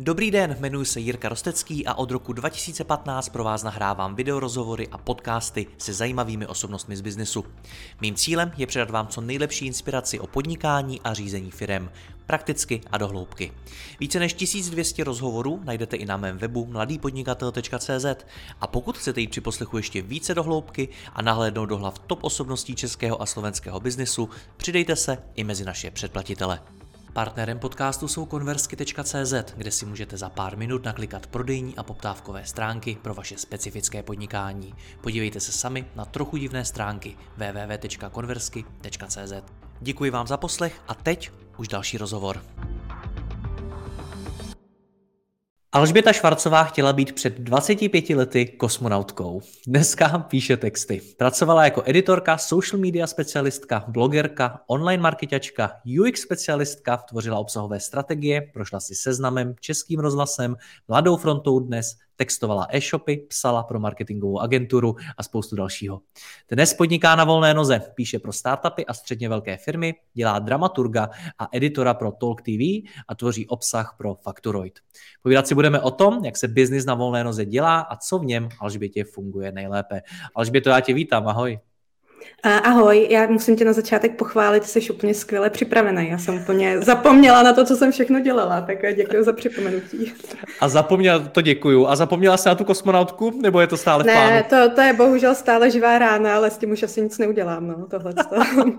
Dobrý den, jmenuji se Jirka Rostecký a od roku 2015 pro vás nahrávám videorozhovory a podcasty se zajímavými osobnostmi z biznesu. Mým cílem je předat vám co nejlepší inspiraci o podnikání a řízení firem, prakticky a do hloubky. Více než 1200 rozhovorů najdete i na mém webu mladýpodnikatel.cz a pokud chcete jít při poslechu ještě více do hloubky a nahlédnout do hlav top osobností českého a slovenského biznesu, přidejte se i mezi naše předplatitele. Partnerem podcastu jsou Conversky.cz, kde si můžete za pár minut naklikat prodejní a poptávkové stránky pro vaše specifické podnikání. Podívejte se sami na trochu divné stránky www.conversky.cz. Děkuji vám za poslech a teď už další rozhovor. Alžběta Švarcová chtěla být před 25 lety kosmonautkou. Dneska píše texty. Pracovala jako editorka, social media specialistka, blogerka, online marketačka, UX specialistka, tvořila obsahové strategie, prošla si Seznamem, Českým rozhlasem, Mladou frontou Dnes, textovala e-shopy, psala pro marketingovou agenturu a spoustu dalšího. Dnes podniká na volné noze, píše pro startupy a středně velké firmy, dělá dramaturga a editora pro Talk TV a tvoří obsah pro Fakturoid. Povídat si budeme o tom, jak se biznis na volné noze dělá a co v něm Alžbětě funguje nejlépe. Alžběto, já tě vítám, ahoj. Ahoj, já musím tě na začátek pochválit, jsi úplně skvěle připravený. Já jsem úplně zapomněla na to, co jsem všechno dělala, tak děkuji za připomenutí. A děkuju. A zapomněla jsi na tu kosmonautku, nebo je to stále v plánu? Ne, to je bohužel stále živá rána, ale s tím už asi nic neudělám, no, tohleto.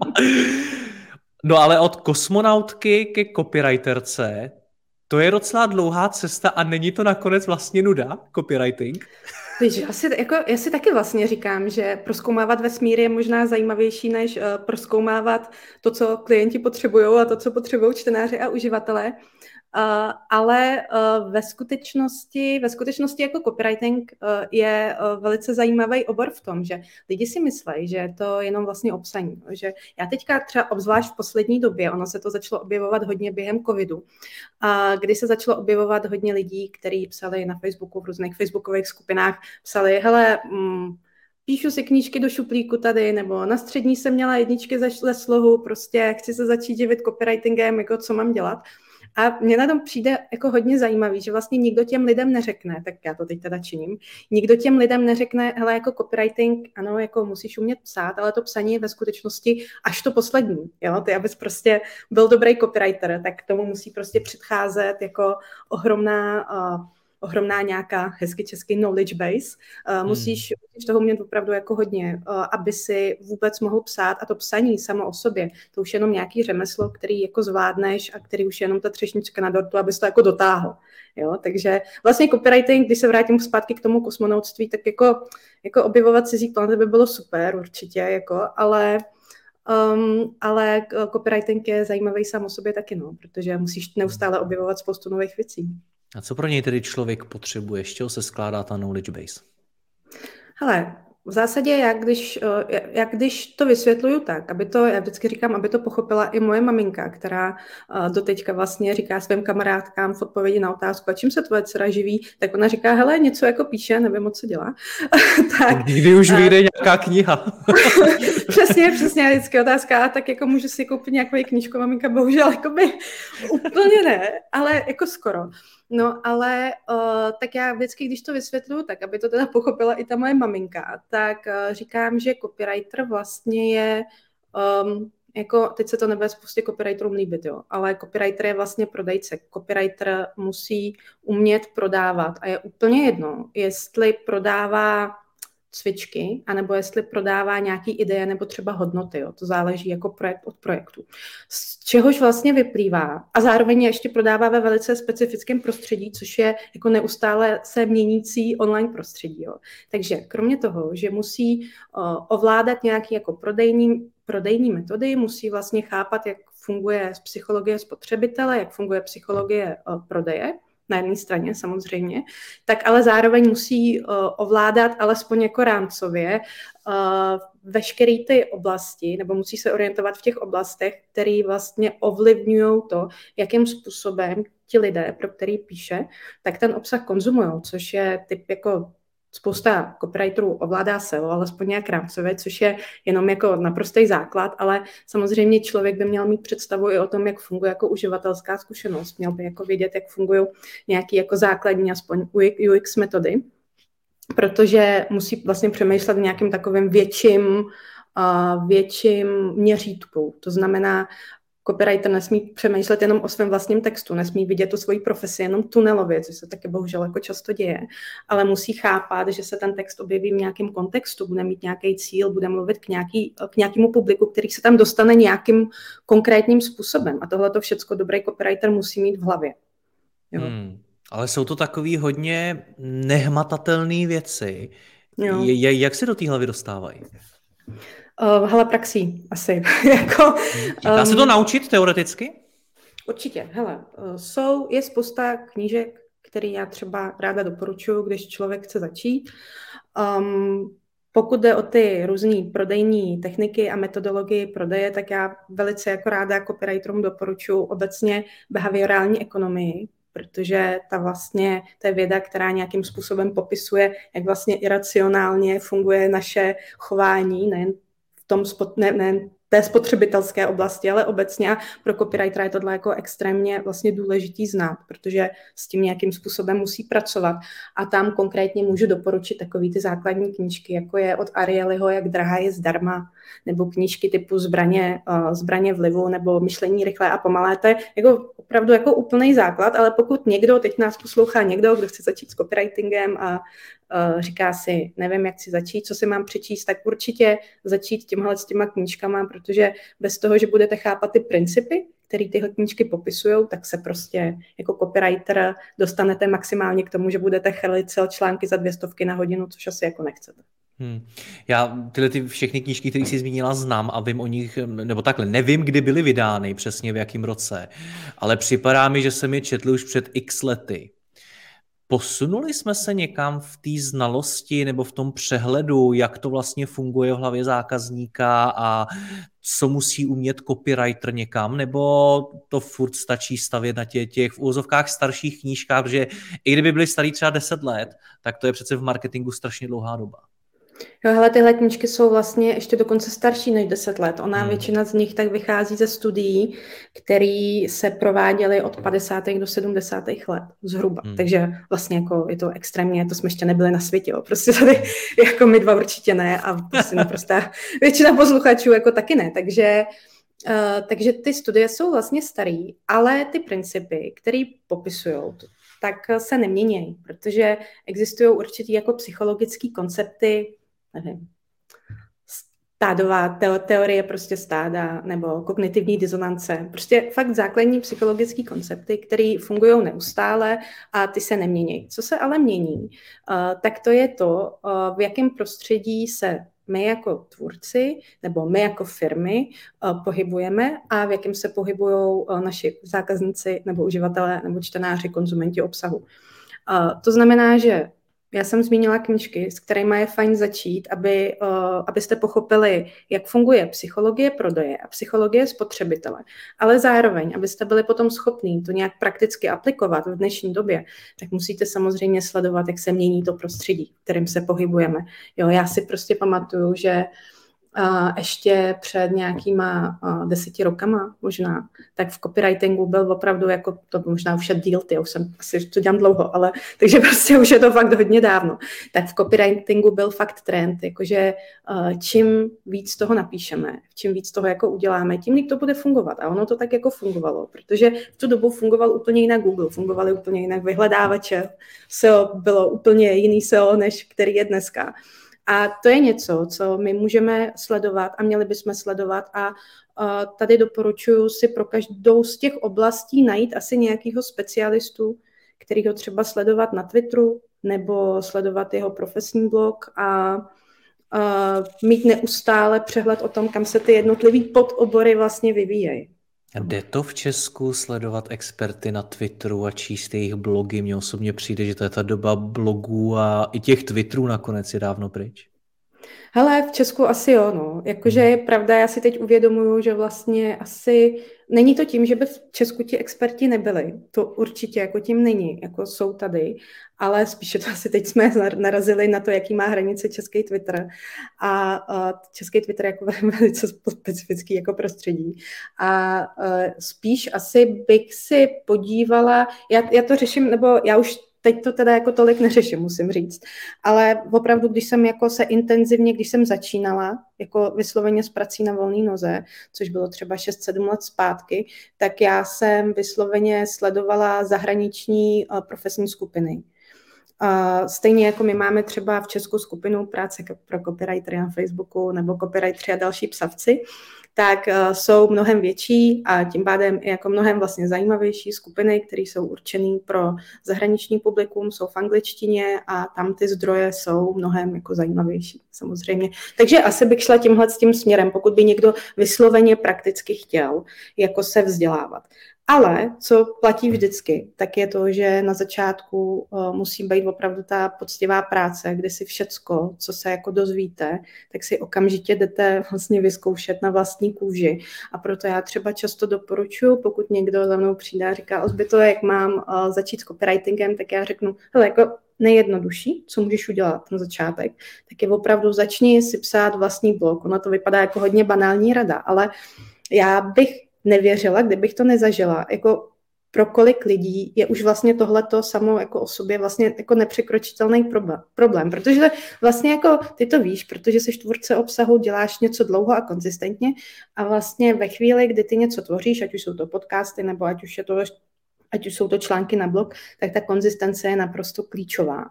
No ale od kosmonautky ke copywriterce, to je docela dlouhá cesta a není to nakonec vlastně nuda, copywriting? Víš, já si taky vlastně říkám, že prozkoumávat vesmír je možná zajímavější, než prozkoumávat to, co klienti potřebují a to, co potřebují čtenáři a uživatelé. Ale ve skutečnosti jako copywriting je velice zajímavý obor v tom, že lidi si myslí, že je to jenom vlastně obsaní. Že já teďka třeba obzvlášť v poslední době, ono se to začalo objevovat hodně během covidu, kdy se začalo objevovat hodně lidí, kteří psali na Facebooku, v různých facebookových skupinách, psali, hele, píšu si knížky do šuplíku tady, nebo na střední jsem měla jedničky ze slohu, prostě chci se začít živit copywritingem, jako co mám dělat. A mně na tom přijde jako hodně zajímavý, že vlastně nikdo těm lidem neřekne, tak já to teď teda činím, nikdo těm lidem neřekne, hele, jako copywriting, ano, jako musíš umět psát, ale to psaní je ve skutečnosti až to poslední, jo, ty, abys prostě byl dobrý copywriter, tak k tomu musí prostě předcházet jako ohromná nějaká hezky český knowledge base. Musíš toho umět opravdu jako hodně, aby si vůbec mohl psát a to psaní samo o sobě, to už je jenom nějaký řemeslo, který jako zvládneš a který už je jenom ta třešnička na dortu, abys to jako dotáhl. Jo? Takže vlastně copywriting, když se vrátím zpátky k tomu kosmonautství, tak jako objevovat cizí planety by bylo super určitě, jako, ale copywriting je zajímavý sám o sobě taky, no, protože musíš neustále objevovat spoustu nových věcí. A co pro něj tedy člověk potřebuje? Z čeho se skládá ta knowledge base? Hele, v zásadě jak když to vysvětluju tak, já vždycky říkám, aby to pochopila i moje maminka, která doteďka vlastně říká svým kamarádkám v odpovědi na otázku, a čím se tvoje dcera živí, tak ona říká, hele, něco jako píše, nevím, co dělá. Tak, kdy už vyjde nějaká kniha. Přesně, vždycky otázka, tak jako můžu si koupit nějakou knížku, maminka, bohužel, jakoby úplně ne, ale jako skoro. No, ale tak já vždycky, když to vysvětluju, tak aby to teda pochopila i ta moje maminka, tak říkám, že copywriter vlastně je, jako teď se to nebude spoustě copywriterům líbit, jo, ale copywriter je vlastně prodejce. Copywriter musí umět prodávat a je úplně jedno, jestli prodává cvičky, anebo jestli prodává nějaký ideje nebo třeba hodnoty. Jo. To záleží jako projekt od projektu. Z čehož vlastně vyplývá a zároveň ještě prodává ve velice specifickém prostředí, což je jako neustále se měnící online prostředí. Jo. Takže kromě toho, že musí ovládat nějaké jako prodejní metody, musí vlastně chápat, jak funguje psychologie spotřebitele, jak funguje psychologie prodeje, na jedné straně samozřejmě, tak ale zároveň musí ovládat alespoň jako rámcově veškeré ty oblasti, nebo musí se orientovat v těch oblastech, které vlastně ovlivňují to, jakým způsobem ti lidé, pro který píše, tak ten obsah konzumují, což je typ jako spousta copywriterů ovládá SEO, alespoň nějak rámcově, což je jenom jako naprostý základ, ale samozřejmě člověk by měl mít představu i o tom, jak funguje jako uživatelská zkušenost. Měl by jako vědět, jak fungují nějaký jako základní aspoň UX metody, protože musí vlastně přemýšlet v nějakým takovým větším měřítku. To znamená, copywriter nesmí přemýšlet jenom o svém vlastním textu, nesmí vidět tu svoji profesi jenom tunelově, což se taky bohužel jako často děje, ale musí chápat, že se ten text objeví v nějakém kontextu, bude mít nějaký cíl, bude mluvit k nějakému publiku, který se tam dostane nějakým konkrétním způsobem. A tohle to všecko dobrý copywriter musí mít v hlavě. Jo. Ale jsou to takový hodně nehmatatelné věci. Jo. Jak se do té hlavy dostávají? Hele, praxí asi. Dá se to naučit teoreticky? Určitě. Hele, je spousta knížek, které já třeba ráda doporučuji, když člověk chce začít. Pokud jde o ty různé prodejní techniky a metodologii prodeje, tak já velice jako ráda copywriterům doporučuji obecně behaviorální ekonomii, protože to je věda, která nějakým způsobem popisuje, jak vlastně iracionálně funguje naše chování, nejen té spotřebitelské oblasti, ale obecně a pro copywritera je tohle jako extrémně vlastně důležitý znát, protože s tím nějakým způsobem musí pracovat. A tam konkrétně můžu doporučit takový ty základní knížky, jako je od Arielyho Jak drahá je zdarma, nebo knížky typu Zbraně vlivu, nebo Myšlení rychlé a pomalé. To je jako opravdu jako úplný základ, ale pokud teď nás poslouchá někdo, kdo chce začít s copywritingem a říká si, nevím, jak si začít, co si mám přečíst, tak určitě začít těma knížkama, protože bez toho, že budete chápat ty principy, které tyhle knížky popisují, tak se prostě jako copywriter dostanete maximálně k tomu, že budete chrlit články za 200 na hodinu, což asi jako nechcete. Já ty všechny knížky, které jsi zmínila, znám a vím o nich, nebo takhle, nevím, kdy byly vydány, přesně v jakém roce, ale připadá mi, že jsem je četl už před x lety. Posunuli jsme se někam v té znalosti nebo v tom přehledu, jak to vlastně funguje v hlavě zákazníka a co musí umět copywriter někam, nebo to furt stačí stavět na těch v úvozovkách starších knížkách, protože i kdyby byly starý třeba 10 let, tak to je přece v marketingu strašně dlouhá doba. Jo, hele, tyhle knížky jsou vlastně ještě dokonce starší než 10 let. Většina z nich tak vychází ze studií, které se prováděly od 50. do 70. let zhruba. Takže vlastně jako je to extrémně, to jsme ještě nebyli na světě. Jo. Prostě tady jako my dva určitě ne a prostě naprostá většina posluchačů jako taky ne. Takže ty studie jsou vlastně starý, ale ty principy, které popisují, tak se nemění, protože existují určitě jako psychologické koncepty, nevím, stádová teorie prostě stáda nebo kognitivní disonance. Prostě fakt základní psychologické koncepty, které fungují neustále a ty se nemění. Co se ale mění, tak to je to, v jakém prostředí se my jako tvůrci nebo my jako firmy pohybujeme a v jakém se pohybují naši zákazníci nebo uživatelé nebo čtenáři, konzumenti obsahu. To znamená, že já jsem zmínila knížky, s kterými je fajn začít, abyste pochopili, jak funguje psychologie prodeje a psychologie spotřebitele, ale zároveň, abyste byli potom schopní to nějak prakticky aplikovat v dnešní době, tak musíte samozřejmě sledovat, jak se mění to prostředí, v kterým se pohybujeme. Jo, já si prostě pamatuju, že ještě před nějakýma 10 rokama možná, tak v copywritingu byl opravdu jako, to možná už je díl, už jsem asi to dělám dlouho, ale takže prostě už je to fakt hodně dávno. Tak v copywritingu byl fakt trend, jakože čím víc toho napíšeme, čím víc toho jako uděláme, tím líp to bude fungovat. A ono to tak jako fungovalo, protože v tu dobu fungoval úplně jinak Google, fungovaly úplně jinak vyhledávače, SEO bylo úplně jiný SEO, než který je dneska. A to je něco, co my můžeme sledovat a měli bychom sledovat a tady doporučuji si pro každou z těch oblastí najít asi nějakého specialistu, kterýho třeba sledovat na Twitteru nebo sledovat jeho profesní blog a mít neustále přehled o tom, kam se ty jednotlivý podobory vlastně vyvíjejí. Jde to v Česku sledovat experty na Twitteru a číst jejich blogy? Mně osobně přijde, že to je ta doba blogů a i těch Twitterů nakonec je dávno pryč. Hele, v Česku asi jo, no. Jakože je pravda, já si teď uvědomuju, že vlastně asi není to tím, že by v Česku ti experti nebyli. To určitě jako tím není, jako jsou tady, ale spíše to asi teď jsme narazili na to, jaký má hranice český Twitter. A český Twitter je jako velice specifický jako prostředí. A spíš asi bych si podívala, já to řeším, nebo já už teď to teda jako tolik neřeším, musím říct. Ale opravdu, když jsem jako se intenzivně, když jsem začínala jako vysloveně s prací na volné noze, což bylo třeba 6-7 let zpátky, tak já jsem vysloveně sledovala zahraniční profesní skupiny. Stejně jako my máme třeba v Česku skupinu práce pro copywritery na Facebooku nebo copywritery a další psavci, tak jsou mnohem větší a tím pádem i jako mnohem vlastně zajímavější skupiny, které jsou určené pro zahraniční publikum, jsou v angličtině a tam ty zdroje jsou mnohem jako zajímavější samozřejmě. Takže asi bych šla tímhle s tím směrem, pokud by někdo vysloveně prakticky chtěl jako se vzdělávat. Ale co platí vždycky, tak je to, že na začátku musí být opravdu ta poctivá práce, kde si všecko, co se jako dozvíte, tak si okamžitě jdete vlastně vyzkoušet na vlastní kůži. A proto já třeba často doporučuji, pokud někdo za mnou přijde a říká, Ozbyto, jak mám začít s copywritingem, tak já řeknu, hele, jako nejjednodušší, co můžeš udělat na začátek, tak je opravdu začni si psát vlastní blog. Ono to vypadá jako hodně banální rada, ale já bych nevěřila, kdybych to nezažila, jako pro kolik lidí je už vlastně tohleto samo jako o sobě vlastně jako nepřekročitelný problém, protože vlastně jako ty to víš, protože jsi tvůrce obsahu, děláš něco dlouho a konzistentně a vlastně ve chvíli, kdy ty něco tvoříš, ať už jsou to podcasty nebo ať už jsou to články na blog, tak ta konzistence je naprosto klíčová.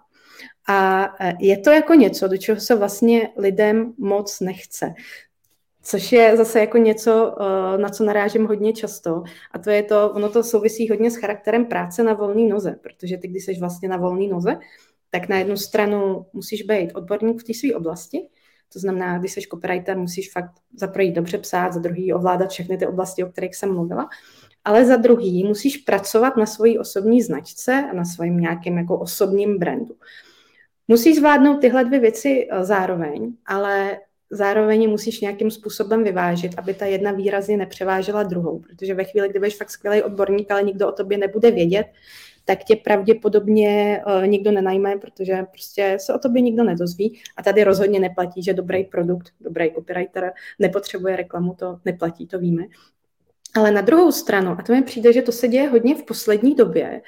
A je to jako něco, do čeho se vlastně lidem moc nechce. Což je zase jako něco, na co narážím hodně často. A to je to, ono to souvisí hodně s charakterem práce na volné noze, protože ty, když jsi vlastně na volné noze, tak na jednu stranu musíš být odborník v té své oblasti, to znamená, když jsi copywriter, musíš fakt za prvý dobře psát, za druhý ovládat všechny ty oblasti, o kterých jsem mluvila, ale za druhý musíš pracovat na svojí osobní značce a na svém nějakém jako osobním brandu. Musíš zvládnout tyhle dvě věci zároveň, ale zároveň musíš nějakým způsobem vyvážit, aby ta jedna výrazně nepřevážela druhou, protože ve chvíli, kdy budeš fakt skvělý odborník, ale nikdo o tobě nebude vědět, tak tě pravděpodobně nikdo nenajme, protože prostě se o tobě nikdo nedozví a tady rozhodně neplatí, že dobrý produkt, dobrý copywriter nepotřebuje reklamu, to neplatí, to víme. Ale na druhou stranu, a to mi přijde, že to se děje hodně v poslední době,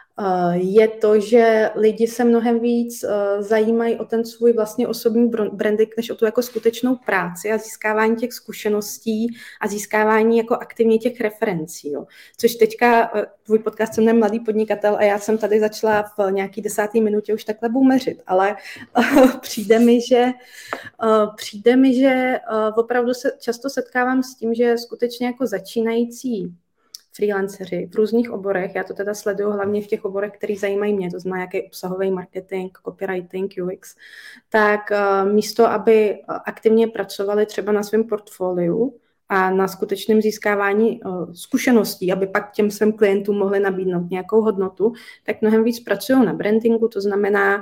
je to, že lidi se mnohem víc zajímají o ten svůj vlastně osobní branding, než o tu jako skutečnou práci a získávání těch zkušeností a získávání jako aktivně těch referencí. Jo. Což teďka tvůj podcast se jmenuje Mladý podnikatel a já jsem tady začala v nějaký 10. minutě už takhle boomeřit, ale přijde mi, že opravdu se často setkávám s tím, že skutečně jako začínající freelanceři v různých oborech, já to teda sleduju hlavně v těch oborech, které zajímají mě, to znamená nějaký obsahový marketing, copywriting, UX, tak místo, aby aktivně pracovali třeba na svém portfoliu a na skutečném získávání zkušeností, aby pak těm svým klientům mohli nabídnout nějakou hodnotu, tak mnohem víc pracují na brandingu, to znamená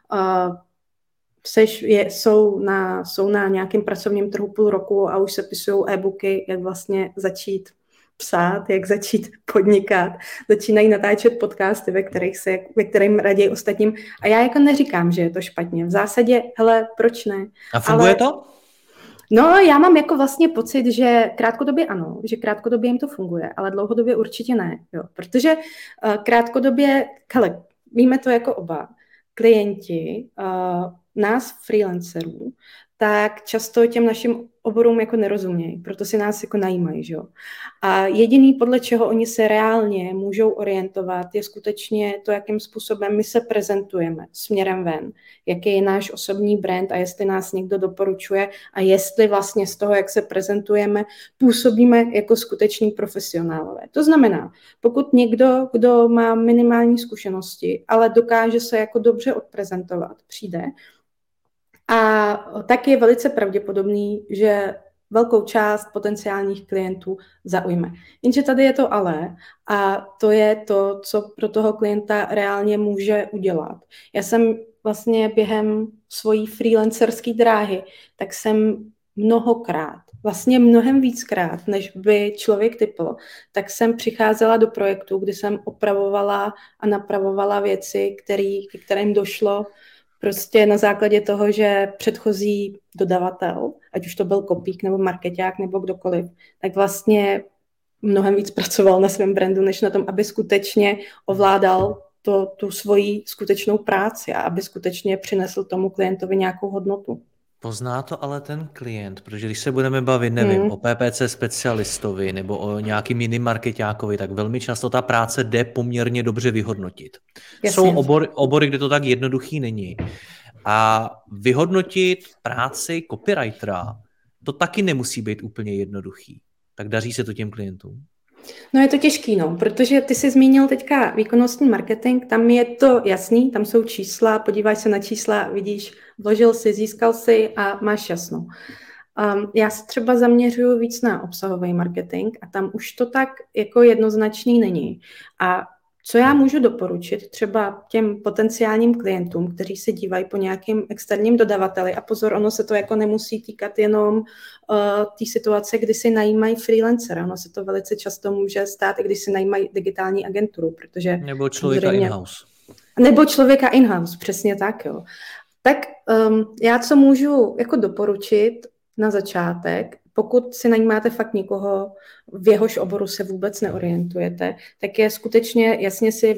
jsou na nějakém pracovním trhu půl roku a už se pisují e-booky, jak vlastně začít psát, jak začít podnikat, začínají natáčet podcasty, ve kterým raději ostatním. A já jako neříkám, že je to špatně. V zásadě, hele, proč ne? A funguje to? No, já mám jako vlastně pocit, že krátkodobě ano, že krátkodobě jim to funguje, ale dlouhodobě určitě ne. Jo. Protože krátkodobě, hele, víme to jako oba, klienti nás freelancerů, tak často těm našim oborům jako nerozumějí, proto si nás jako najímají, že jo. A jediný, podle čeho oni se reálně můžou orientovat, je skutečně to, jakým způsobem my se prezentujeme směrem ven, jaký je náš osobní brand a jestli nás někdo doporučuje a jestli vlastně z toho, jak se prezentujeme, působíme jako skuteční profesionálové. To znamená, pokud někdo, kdo má minimální zkušenosti, ale dokáže se jako dobře odprezentovat, přijde, a tak je velice pravděpodobný, že velkou část potenciálních klientů zaujme. Jenže tady je to ale a to je to, co pro toho klienta reálně může udělat. Já jsem vlastně během svojí freelancerské dráhy, tak jsem mnohokrát, vlastně mnohem víckrát, než by člověk typl, tak jsem přicházela do projektu, kdy jsem opravovala a napravovala věci, ke kterým došlo prostě na základě toho, že předchozí dodavatel, ať už to byl kopík nebo markeťák nebo kdokoliv, tak vlastně mnohem víc pracoval na svém brandu, než na tom, aby skutečně ovládal tu svoji skutečnou práci a aby skutečně přinesl tomu klientovi nějakou hodnotu. Pozná to ale ten klient, protože když se budeme bavit, nevím, o PPC specialistovi nebo o nějakým jiným markeťákovi, tak velmi často ta práce jde poměrně dobře vyhodnotit. Jasně. Jsou obory, kde to tak jednoduchý není. A vyhodnotit práci copywritera, to taky nemusí být úplně jednoduchý. Tak daří se to těm klientům? No je to těžký, protože ty jsi zmínil teďka výkonnostní marketing, tam je to jasný, tam jsou čísla, podívaj se na čísla, vidíš, vložil si, získal si a máš jasno. Já se třeba zaměřuju víc na obsahový marketing a tam už to tak jako jednoznačný není. A co já můžu doporučit třeba těm potenciálním klientům, kteří se dívají po nějakým externím dodavateli, a pozor, ono se to jako nemusí týkat jenom té situace, kdy si najímají freelancera, ono se to velice často může stát, i když si najímají digitální agenturu, protože... Nebo člověka in-house. Nebo člověka in-house, přesně tak, jo. Tak já co můžu jako doporučit na začátek, pokud si najímáte fakt někoho, v jehož oboru se vůbec neorientujete, tak je skutečně jasně si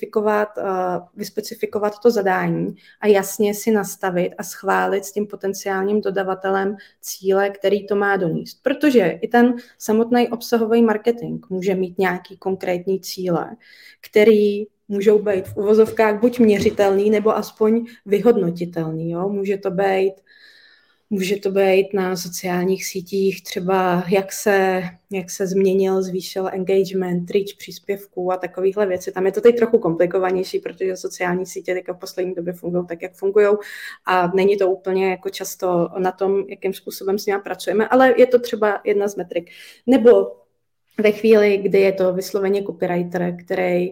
vyspecifikovat to zadání a jasně si nastavit a schválit s tím potenciálním dodavatelem cíle, který to má donést. Protože i ten samotný obsahový marketing může mít nějaký konkrétní cíle, který můžou být v uvozovkách buď měřitelný, nebo aspoň vyhodnotitelný. Jo? Může to být na sociálních sítích, třeba jak se zvýšil engagement, reach příspěvků a takovéhle věci. Tam je to teď trochu komplikovanější, protože sociální sítě teďka v poslední době fungují tak, jak fungují a není to úplně jako často na tom, jakým způsobem s nimi pracujeme, ale je to třeba jedna z metrik. Nebo ve chvíli, kdy je to vysloveně copywriter, který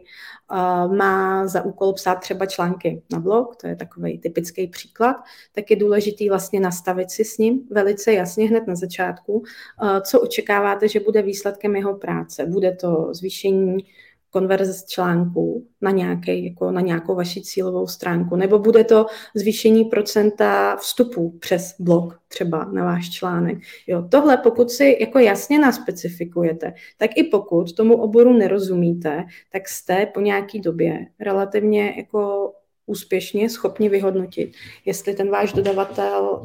má za úkol psát třeba články na blog, to je takový typický příklad, tak je důležitý vlastně nastavit si s ním velice jasně hned na začátku, co očekáváte, že bude výsledkem jeho práce. Bude to zvýšení konverze z článku na nějakou vaši cílovou stránku, nebo bude to zvýšení procenta vstupů přes blog třeba na váš článek. Jo, tohle pokud si jako jasně naspecifikujete, tak i pokud tomu oboru nerozumíte, tak jste po nějaký době relativně jako úspěšně schopni vyhodnotit, jestli ten váš dodavatel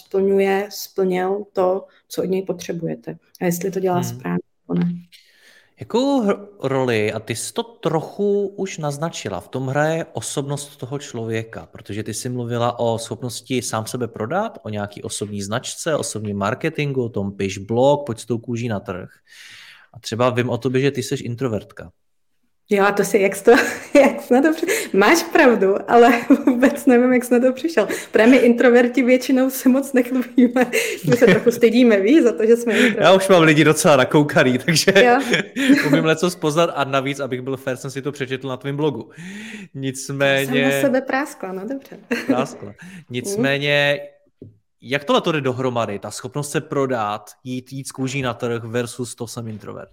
splnil to, co od něj potřebujete a jestli to dělá správně nebo ne. Jakou roli, a ty jsi to trochu už naznačila, v tom hraje osobnost toho člověka, protože ty jsi mluvila o schopnosti sám sebe prodat, o nějaký osobní značce, osobním marketingu, o tom piš blog, pojď s tou kůží na trh. A třeba vím o tobě, že ty jsi introvertka. Jo, to si, jak jsi na to přišel. Máš pravdu, ale vůbec nevím, jak jsi na to přišel. Právě my introverti většinou se moc nechlubíme. My se trochu stydíme, víš, za to, že jsme introverti. Já už mám lidi docela nakoukaný, takže umím lecos poznat a navíc, abych byl fair, jsem si to přečetl na tvém blogu. Nicméně... Já jsem na sebe práskla, no dobře. Práskla. Nicméně, jak tohle to jde dohromady? Ta schopnost se prodat, jít z kůží na trh versus to jsem introvert.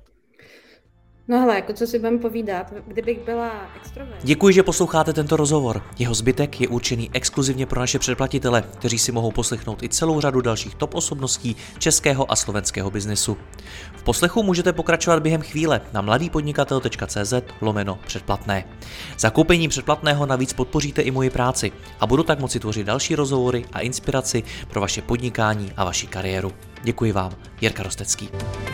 No hele, jako co si budeme povídat, kdybych byla extrovert. Děkuji, že posloucháte tento rozhovor. Jeho zbytek je určený exkluzivně pro naše předplatitele, kteří si mohou poslechnout i celou řadu dalších top osobností českého a slovenského biznesu. V poslechu můžete pokračovat během chvíle na mladýpodnikatel.cz/předplatné. Zakoupením předplatného navíc podpoříte i moji práci a budu tak moci tvořit další rozhovory a inspiraci pro vaše podnikání a vaši kariéru. Děkuji vám, Jirka Rostecký.